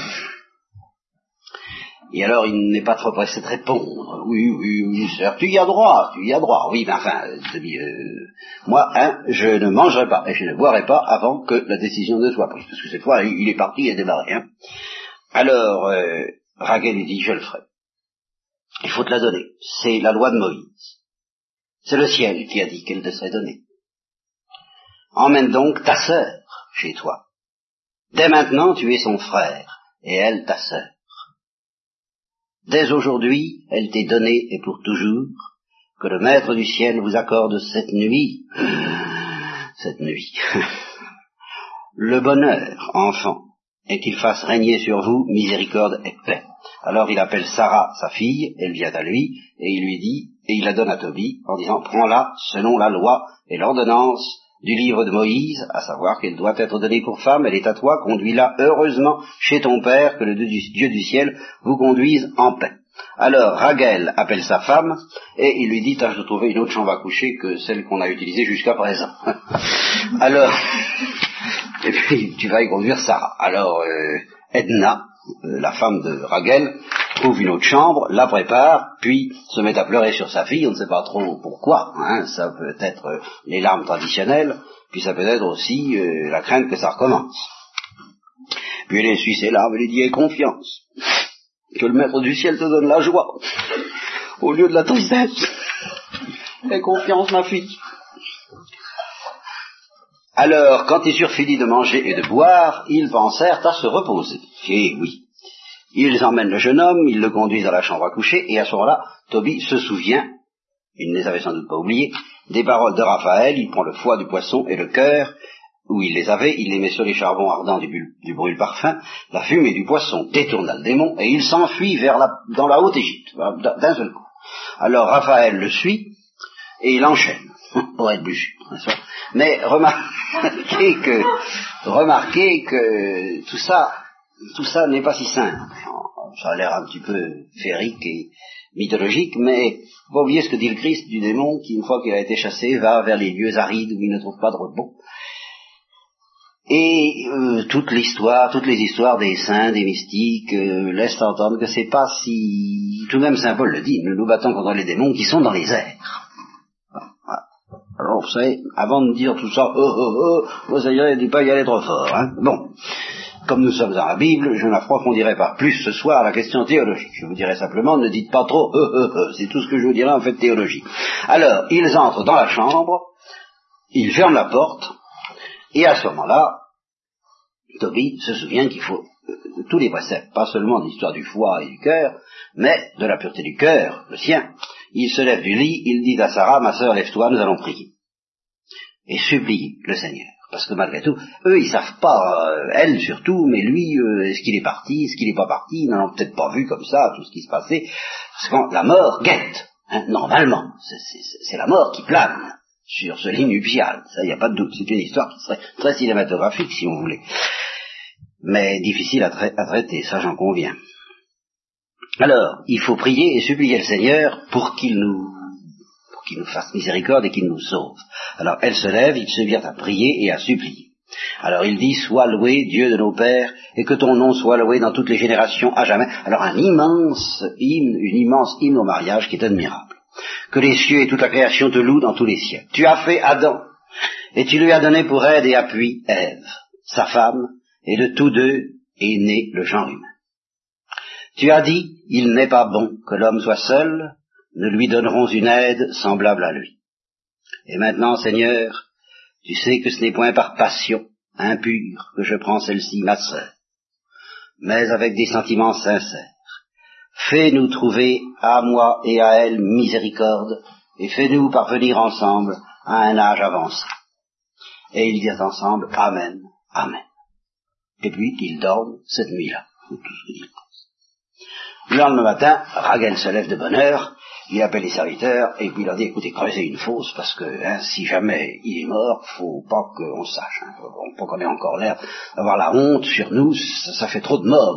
Et alors, il n'est pas trop pressé de répondre. Oui, oui, oui, certes, tu y as droit, tu y as droit. Oui, mais enfin, euh, moi, hein, je ne mangerai pas, et je ne boirai pas avant que la décision ne soit prise. Parce que cette fois, il est parti, il est démarré. Hein. Alors, euh, Raguel lui dit, je le ferai. Il faut te la donner. C'est la loi de Moïse. C'est le ciel qui a dit qu'elle te serait donnée. Emmène donc ta sœur chez toi. Dès maintenant, tu es son frère, et elle ta sœur. Dès aujourd'hui, elle t'est donnée, et pour toujours, que le Maître du ciel vous accorde cette nuit, cette nuit, le bonheur, enfant, et qu'il fasse régner sur vous miséricorde et paix. Alors il appelle Sarah, sa fille, elle vient à lui, et il lui dit, et il la donne à Tobie, en disant, prends-la selon la loi et l'ordonnance du livre de Moïse, à savoir qu'elle doit être donnée pour femme, elle est à toi, conduis-la heureusement chez ton père, que le Dieu du ciel vous conduise en paix. Alors Raguel appelle sa femme, et il lui dit, tâche de trouver une autre chambre à coucher que celle qu'on a utilisée jusqu'à présent. Alors, et puis tu vas y conduire Sarah. Alors, euh, Edna, euh, la femme de Raguel, trouve une autre chambre, la prépare, puis se met à pleurer sur sa fille, on ne sait pas trop pourquoi, hein, ça peut être euh, les larmes traditionnelles, puis ça peut être aussi euh, la crainte que ça recommence. Puis elle essuie ses larmes, elle lui dit, aie confiance, que le Maître du ciel te donne la joie, au lieu de la tristesse. Aie confiance, ma fille. Alors, quand ils eurent fini de manger et de boire, ils pensèrent à se reposer. Et oui. Ils emmènent le jeune homme, ils le conduisent à la chambre à coucher, et à ce moment-là, Tobie se souvient, il ne les avait sans doute pas oubliés, des paroles de Raphaël, il prend le foie du poisson et le cœur, où il les avait, il les met sur les charbons ardents du, du brûle-parfum, la fumée du poisson détourna le démon, et il s'enfuit vers la, dans la Haute-Égypte, d'un seul coup. Alors Raphaël le suit, et il enchaîne, pour être plus sûr, n'est-ce pas ? Mais remarquez que, remarquez que tout ça, tout ça n'est pas si simple. Ça a l'air un petit peu féerique et mythologique, mais faut pas oublier ce que dit le Christ du démon qui, une fois qu'il a été chassé, va vers les lieux arides où il ne trouve pas de repos. Et euh, toute l'histoire, toutes les histoires des saints, des mystiques, euh, laissent entendre que c'est pas si... Tout de même Saint Paul le dit, nous nous battons contre les démons qui sont dans les airs. Alors, vous savez, avant de dire tout ça, oh, oh, oh, vous savez, ne dites pas y aller trop fort, hein. Bon. Comme nous sommes dans la Bible, je n'approfondirai pas plus ce soir la question théologique. Je vous dirai simplement, ne dites pas trop, euh, euh, euh, c'est tout ce que je vous dirai en fait théologie. Alors, ils entrent dans la chambre, ils ferment la porte, et à ce moment-là, Tobie se souvient qu'il faut euh, tous les préceptes, pas seulement l'histoire du foie et du cœur, mais de la pureté du cœur, le sien. Il se lève du lit, il dit à Sarah, ma sœur, lève-toi, nous allons prier. Et supplier le Seigneur. Parce que malgré tout, eux, ils savent pas, euh, elle surtout, mais lui, euh, est-ce qu'il est parti, est-ce qu'il n'est pas parti, ils n'en ont peut-être pas vu comme ça, tout ce qui se passait. Parce que quand la mort guette, hein, normalement, c'est, c'est, c'est la mort qui plane sur ce lit nuptial. Ça, il n'y a pas de doute. C'est une histoire qui serait très cinématographique, si on voulait. Mais difficile à, tra- à traiter, ça j'en conviens. Alors, il faut prier et supplier le Seigneur pour qu'il nous... qu'il nous fasse miséricorde et qu'il nous sauve. Alors elle se lève, il se vient à prier et à supplier. Alors il dit, sois loué, Dieu de nos pères, et que ton nom soit loué dans toutes les générations à jamais. Alors un immense hymne, une immense hymne au mariage qui est admirable. Que les cieux et toute la création te louent dans tous les siècles. Tu as fait Adam, et tu lui as donné pour aide et appui Ève, sa femme, et de tous deux est né le genre humain. Tu as dit, il n'est pas bon que l'homme soit seul, nous lui donnerons une aide semblable à lui. Et maintenant, Seigneur, tu sais que ce n'est point par passion impure que je prends celle-ci, ma sœur, mais avec des sentiments sincères. Fais-nous trouver à moi et à elle miséricorde, et fais-nous parvenir ensemble à un âge avancé. Et ils disent ensemble, Amen, Amen. Et puis, ils dorment cette nuit-là. Le lendemain matin, Rachel se lève de bonne heure, il appelle les serviteurs, et puis il leur dit, écoutez, creusez une fosse, parce que hein, si jamais il est mort, faut pas qu'on sache, hein, faut pas qu'on ait encore l'air d'avoir la honte sur nous, ça, ça fait trop de morts,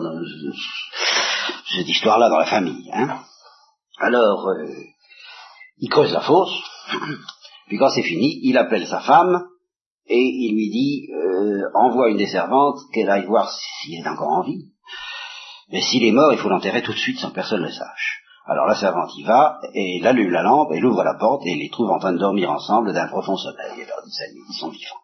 cette histoire-là dans la famille. Hein. Alors, euh, il creuse la fosse, puis quand c'est fini, il appelle sa femme, et il lui dit, euh, envoie une des servantes, qu'elle aille voir s'il est encore en vie. Mais s'il est mort, il faut l'enterrer tout de suite sans que personne ne le sache. Alors la servante y va, et elle allume la lampe, elle ouvre la porte, et elle les trouve en train de dormir ensemble d'un profond sommeil. Et leur dit, salut, ils sont vivants.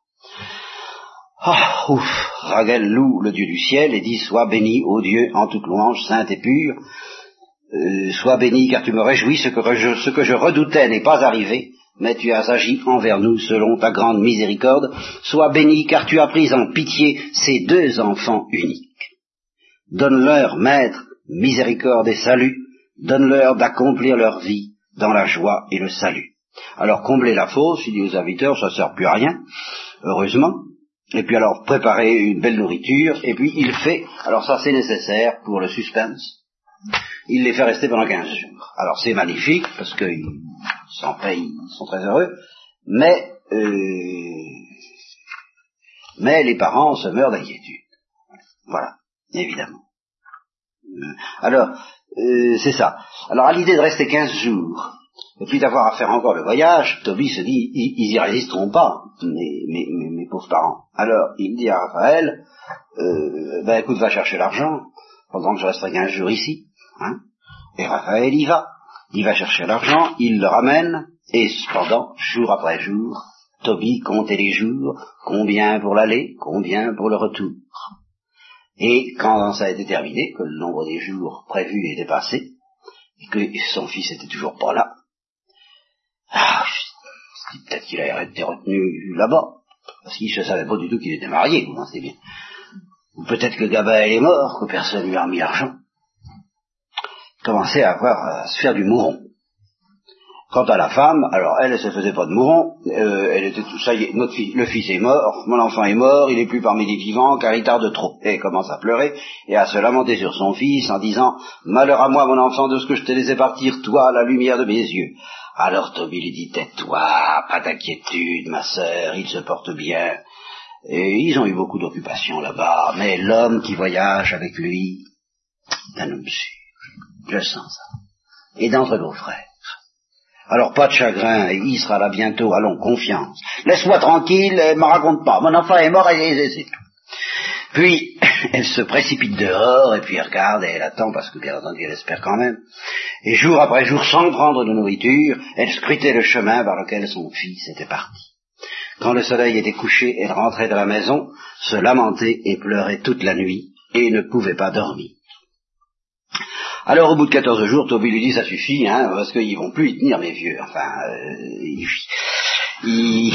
Ah, ouf, Rachel loue le Dieu du ciel, et dit, sois béni, ô Dieu, en toute louange, sainte et pure. Euh, sois béni, car tu me réjouis, ce que je, ce que je redoutais n'est pas arrivé, mais tu as agi envers nous selon ta grande miséricorde. Sois béni, car tu as pris en pitié ces deux enfants uniques. Donne-leur, Maître, miséricorde et salut, donne-leur d'accomplir leur vie dans la joie et le salut. Alors combler la fosse, il dit aux serviteurs, ça ne sert plus à rien, heureusement, et puis alors préparer une belle nourriture, et puis il fait, alors ça c'est nécessaire pour le suspense, il les fait rester pendant quinze jours. Alors c'est magnifique, parce qu'ils s'en payent, ils sont très heureux, mais, euh, mais les parents se meurent d'inquiétude. Voilà. Évidemment. Euh, alors, euh, c'est ça. Alors, à l'idée de rester quinze jours, et puis d'avoir à faire encore le voyage, Tobie se dit, ils, ils y résisteront pas, mes, mes, mes, mes pauvres parents. Alors, il dit à Raphaël, euh, ben écoute, va chercher l'argent, pendant que je resterai quinze jours ici. Hein. Et Raphaël y va. Il va chercher l'argent, il le ramène, et cependant, jour après jour, Tobie comptait les jours, combien pour l'aller, combien pour le retour. Et quand ça a été terminé, que le nombre des jours prévus était passé, et que son fils était toujours pas là, ah, je dis peut-être qu'il a été retenu là-bas, parce qu'il ne savait pas du tout qu'il était marié, vous pensez bien. Ou peut-être que Gabaël est mort, que personne lui a remis l'argent. Il commençait à avoir, à se faire du mouron. Quant à la femme, alors elle, elle se faisait pas de mouron, euh, elle était tout ça y est, notre fils, le fils est mort, mon enfant est mort, il est plus parmi les vivants, car il tarde trop. Et elle commence à pleurer, et à se lamenter sur son fils, en disant, malheur à moi, mon enfant, de ce que je t'ai laissé partir, toi, à la lumière de mes yeux. Alors Tobie lui dit, tais-toi, pas d'inquiétude, ma sœur, il se porte bien. Et ils ont eu beaucoup d'occupations là-bas, mais l'homme qui voyage avec lui, est un homme sûr, je sens ça. Et d'entre nos frères. Alors pas de chagrin, il sera là bientôt, allons, confiance. Laisse-moi tranquille, ne me raconte pas, mon enfant est mort et c'est tout. Puis, elle se précipite dehors, et puis elle regarde, et elle attend, parce que bien entendu elle espère quand même. Et jour après jour, sans prendre de nourriture, elle scrutait le chemin par lequel son fils était parti. Quand le soleil était couché, elle rentrait dans la maison, se lamentait et pleurait toute la nuit, et ne pouvait pas dormir. Alors au bout de quatorze jours, Tobie lui dit, ça suffit, hein, parce qu'ils vont plus y tenir, mes vieux. Enfin, euh, il... il...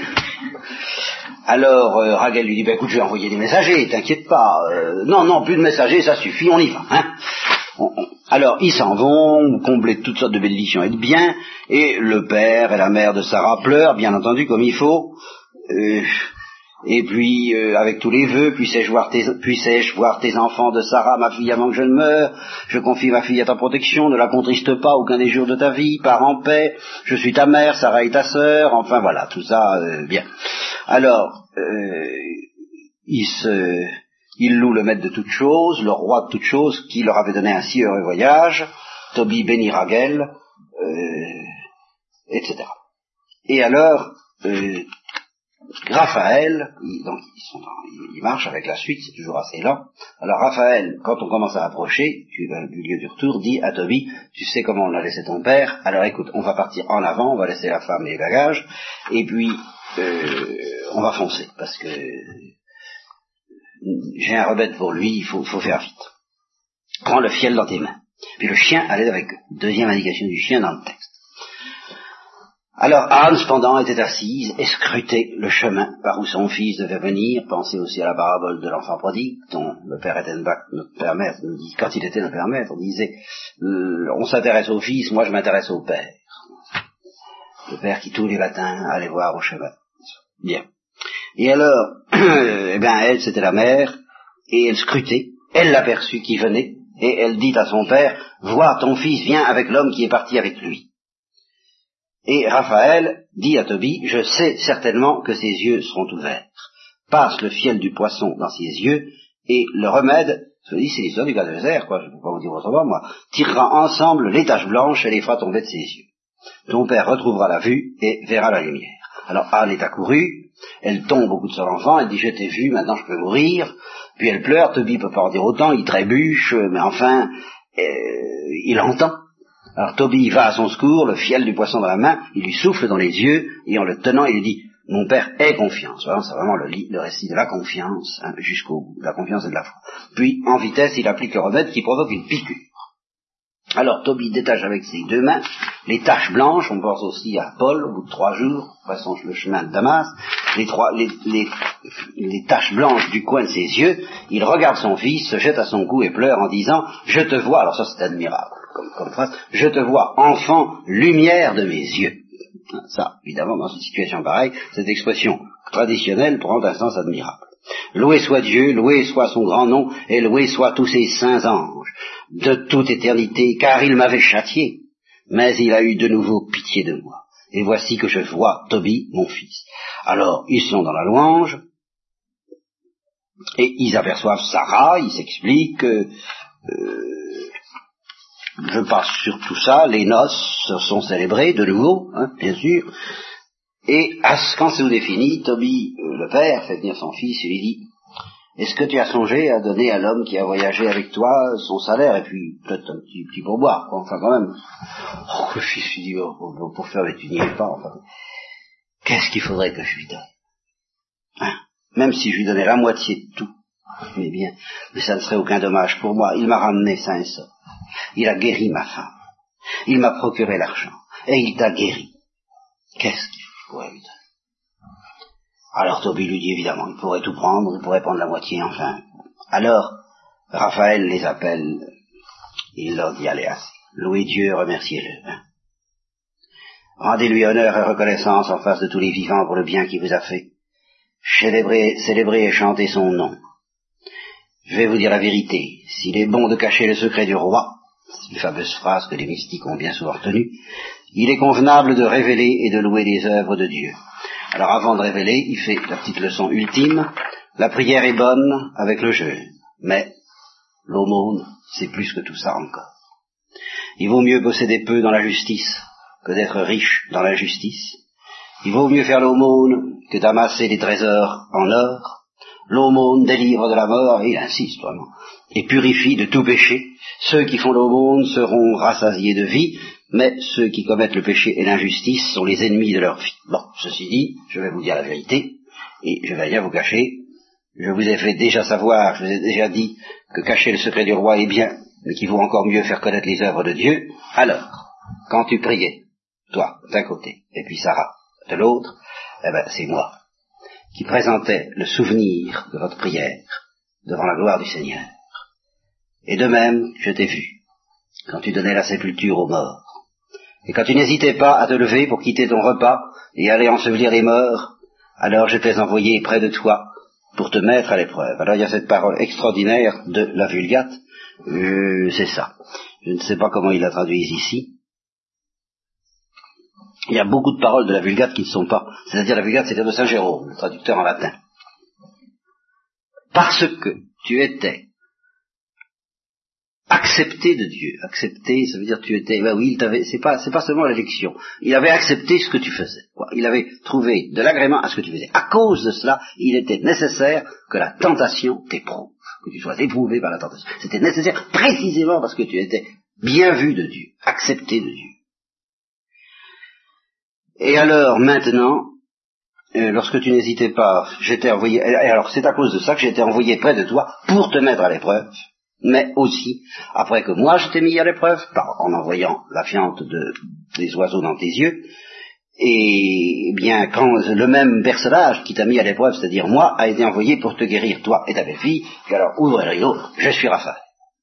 Alors euh, Rachel lui dit, ben écoute, je vais envoyer des messagers, t'inquiète pas. Euh, non, non, plus de messagers, ça suffit, on y va. Hein. On, on... Alors ils s'en vont, comblés de toutes sortes de bénédictions et de biens, et le père et la mère de Sarah pleurent, bien entendu, comme il faut. Euh... Et puis, euh, avec tous les vœux, puissais-je voir, tes, puissais-je voir tes enfants de Sarah, ma fille, avant que je ne meure. Je confie ma fille à ta protection, ne la contriste pas aucun des jours de ta vie, pars en paix. Je suis ta mère, Sarah est ta sœur. Enfin voilà, tout ça, euh, bien. Alors, euh, il se, il loue le maître de toutes choses, le roi de toutes choses, qui leur avait donné un si heureux voyage. Tobie bénit Rachel, euh, et cetera. Et alors, euh, Raphaël, il, donc ils, sont dans, ils marchent avec la suite, c'est toujours assez lent. Alors Raphaël, quand on commence à approcher du, du lieu du retour, dit à Tobie, tu sais comment on a laissé ton père, alors écoute, on va partir en avant, on va laisser la femme et les bagages, et puis euh, on va foncer, parce que j'ai un remède pour lui, il faut, faut faire vite. Prends le fiel dans tes mains. Puis le chien allait avec eux. Deuxième indication du chien dans le texte. Alors Anne, cependant, était assise et scrutait le chemin par où son fils devait venir. Pensez aussi à la parabole de l'enfant prodigue, dont le père Ettenbach, notre père maître, nous dit, quand il était notre père maître, on disait, euh, on s'intéresse au fils, moi je m'intéresse au père. Le père qui tous les matins allait voir au chemin. Bien. Et alors, eh bien, elle, c'était la mère, et elle scrutait, elle l'aperçut qui venait, et elle dit à son père, vois, ton fils vient avec l'homme qui est parti avec lui. Et Raphaël dit à Tobie, je sais certainement que ses yeux seront ouverts. Passe le fiel du poisson dans ses yeux, et le remède, je dis, c'est l'histoire du gars de désert, quoi, je ne peux pas vous dire autrement, moi, tirera ensemble les taches blanches et les fera tomber de ses yeux. Ton père retrouvera la vue et verra la lumière. Alors Anne est accourue, elle tombe au bout de son enfant, elle dit, je t'ai vu, maintenant je peux mourir, puis elle pleure, Tobie peut pas en dire autant, il trébuche, mais enfin, euh, il entend. Alors Tobie va à son secours, le fiel du poisson dans la main, il lui souffle dans les yeux, et en le tenant, il lui dit, mon père ait confiance. Voilà, c'est vraiment le, le récit de la confiance, hein, jusqu'au bout, de la confiance et de la foi. Puis, en vitesse, il applique le remède qui provoque une piqûre. Alors Tobie détache avec ses deux mains les taches blanches, on pense aussi à Paul, au bout de trois jours, passant le chemin de Damas, les, trois, les, les, les taches blanches du coin de ses yeux, il regarde son fils, se jette à son cou et pleure en disant, je te vois, alors ça c'est admirable comme, comme phrase, je te vois, enfant, lumière de mes yeux. Ça, évidemment, dans une situation pareille, cette expression traditionnelle prend un sens admirable. Loué soit Dieu, loué soit son grand nom, et loué soient tous ses saints anges, de toute éternité, car il m'avait châtié, mais il a eu de nouveau pitié de moi. Et voici que je vois Tobie, mon fils. Alors, ils sont dans la louange, et ils aperçoivent Sarah, ils s'expliquent, euh, je passe sur tout ça, les noces sont célébrées de nouveau, hein, bien sûr, et quand c'est défini, Tobie, euh, le père, fait venir son fils et lui dit, est-ce que tu as songé à donner à l'homme qui a voyagé avec toi son salaire, et puis peut-être un petit, petit pourboire, quoi, enfin quand même. Oh, le fils lui dit, oh, pour, pour faire, mais tu n'y es pas, enfin. Qu'est-ce qu'il faudrait que je lui donne, hein? Même si je lui donnais la moitié de tout, mais bien, mais ça ne serait aucun dommage pour moi. Il m'a ramené sain et sauf. Il a guéri ma femme. Il m'a procuré l'argent. Et il t'a guéri. Qu'est-ce qu'il pourrait lui donner? Alors Tobie lui dit évidemment, il pourrait tout prendre, il pourrait prendre la moitié, enfin. Alors, Raphaël les appelle, il leur dit, allez, assez. Louez Dieu, remerciez-le. Hein. Rendez-lui honneur et reconnaissance en face de tous les vivants pour le bien qu'il vous a fait. Célébrez, célébrez et chantez son nom. Je vais vous dire la vérité, s'il est bon de cacher le secret du roi, c'est une fameuse phrase que les mystiques ont bien souvent retenue, il est convenable de révéler et de louer les œuvres de Dieu. Alors avant de révéler, il fait la petite leçon ultime, la prière est bonne avec le jeûne, mais l'aumône, c'est plus que tout ça encore. Il vaut mieux posséder peu dans la justice que d'être riche dans l'injustice. Il vaut mieux faire l'aumône que d'amasser des trésors en or. L'aumône délivre de la mort, et il insiste vraiment, et purifie de tout péché. Ceux qui font l'aumône seront rassasiés de vie, mais ceux qui commettent le péché et l'injustice sont les ennemis de leur vie. Bon, ceci dit, je vais vous dire la vérité, et je vais rien vous cacher. Je vous ai fait déjà savoir, je vous ai déjà dit que cacher le secret du roi est bien, mais qu'il vaut encore mieux faire connaître les œuvres de Dieu. Alors, quand tu priais, toi, d'un côté, et puis Sarah, de l'autre, eh ben, c'est moi qui présentait le souvenir de votre prière devant la gloire du Seigneur. Et de même, je t'ai vu, quand tu donnais la sépulture aux morts, et quand tu n'hésitais pas à te lever pour quitter ton repas et aller ensevelir les morts, alors je t'ai envoyé près de toi pour te mettre à l'épreuve. Alors il y a cette parole extraordinaire de la Vulgate, euh, c'est ça. Je ne sais pas comment ils la traduisent ici. Il y a beaucoup de paroles de la Vulgate qui ne sont pas, c'est-à-dire la Vulgate, c'est de Saint Jérôme, le traducteur en latin. Parce que tu étais accepté de Dieu. Accepté, ça veut dire que tu étais, ben oui, il t'avait, c'est pas, c'est pas seulement l'élection. Il avait accepté ce que tu faisais, quoi. Il avait trouvé de l'agrément à ce que tu faisais. À cause de cela, il était nécessaire que la tentation t'éprouve, que tu sois éprouvé par la tentation. C'était nécessaire précisément parce que tu étais bien vu de Dieu, accepté de Dieu. Et alors, maintenant, euh, lorsque tu n'hésitais pas, j'étais envoyé, et alors c'est à cause de ça que j'ai été envoyé près de toi pour te mettre à l'épreuve, mais aussi, après que moi je t'ai mis à l'épreuve, par, en envoyant la fiente de, des oiseaux dans tes yeux, et bien quand le même personnage qui t'a mis à l'épreuve, c'est-à-dire moi, a été envoyé pour te guérir, toi et ta belle-fille, et alors ouvre le rideau, je suis Raphaël.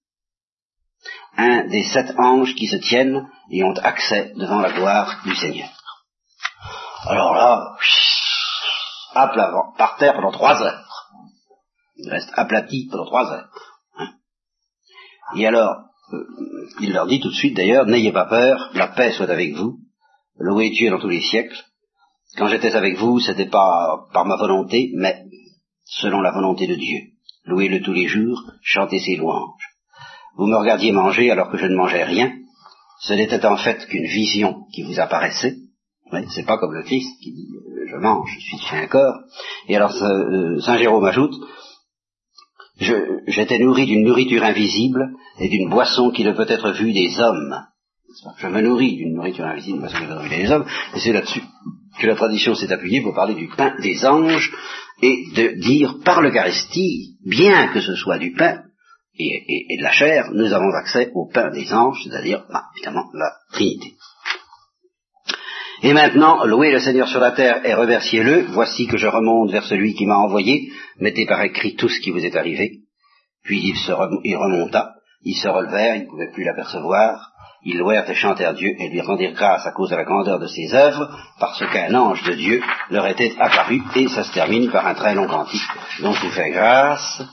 Un des sept anges qui se tiennent et ont accès devant la gloire du Seigneur. Alors là, à plat, par terre pendant trois heures. Il reste aplati pendant trois heures. Hein. Et alors, euh, il leur dit tout de suite d'ailleurs, n'ayez pas peur, la paix soit avec vous, louez Dieu dans tous les siècles. Quand j'étais avec vous, c'était pas par ma volonté, mais selon la volonté de Dieu. Louez-le tous les jours, chantez ses louanges. Vous me regardiez manger alors que je ne mangeais rien. Ce n'était en fait qu'une vision qui vous apparaissait. Oui, c'est pas comme le Christ qui dit euh, je mange, je suis fait un corps. Et alors euh, Saint Jérôme ajoute, je, j'étais nourri d'une nourriture invisible et d'une boisson qui ne peut être vue des hommes. Je me nourris d'une nourriture invisible, d'une boisson qui ne peut être vue des hommes, et c'est là-dessus que la tradition s'est appuyée pour parler du pain des anges et de dire par l'Eucharistie, bien que ce soit du pain et, et, et de la chair, nous avons accès au pain des anges, c'est-à-dire bah, évidemment la Trinité. Et maintenant, louez le Seigneur sur la terre et remerciez-le. Voici que je remonte vers celui qui m'a envoyé. Mettez par écrit tout ce qui vous est arrivé. Puis il, se rem- il remonta, ils se relevèrent, ils ne pouvaient plus l'apercevoir. Ils louèrent et chantèrent Dieu et lui rendirent grâce à cause de la grandeur de ses œuvres, parce qu'un ange de Dieu leur était apparu. Et ça se termine par un très long cantique dont il fait grâce.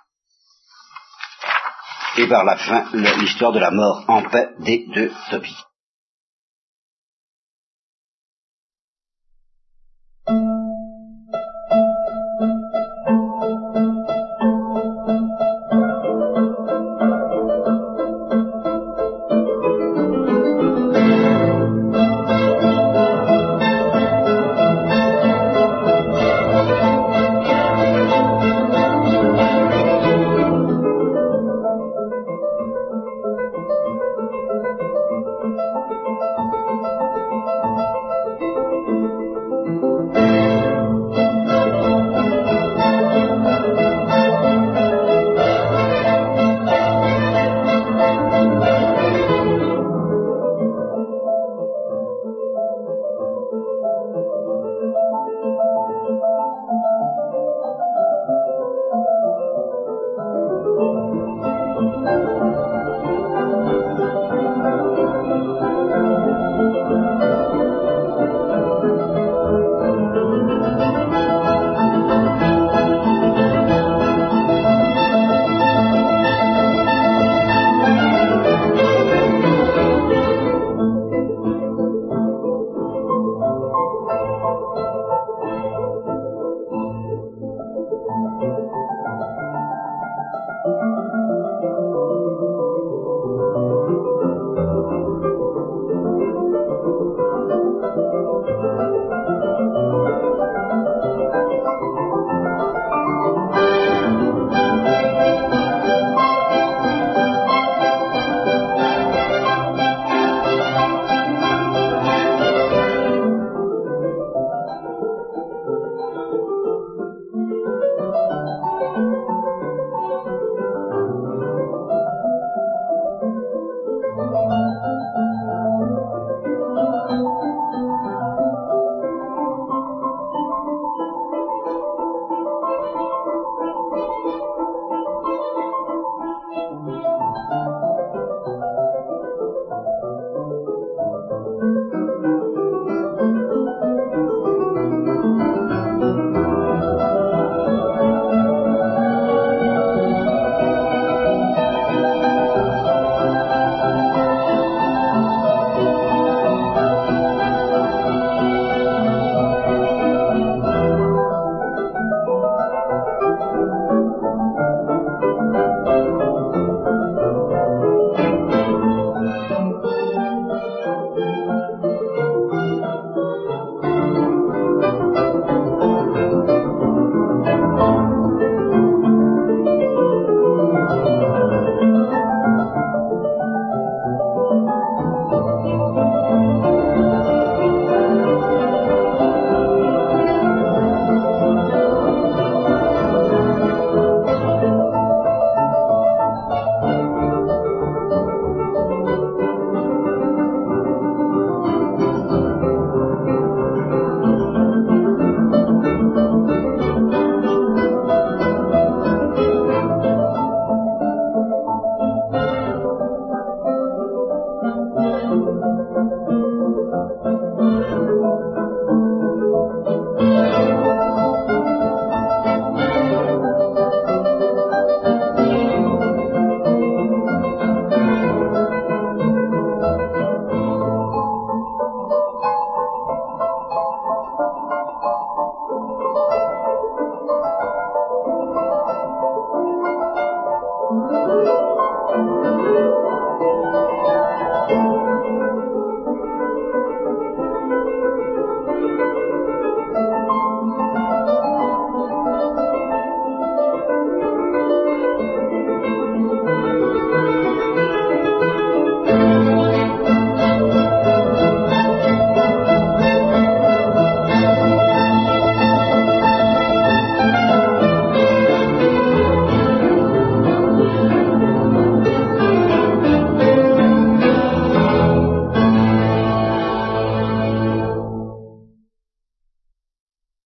Et par la fin, l'histoire de la mort en paix des deux Tobie.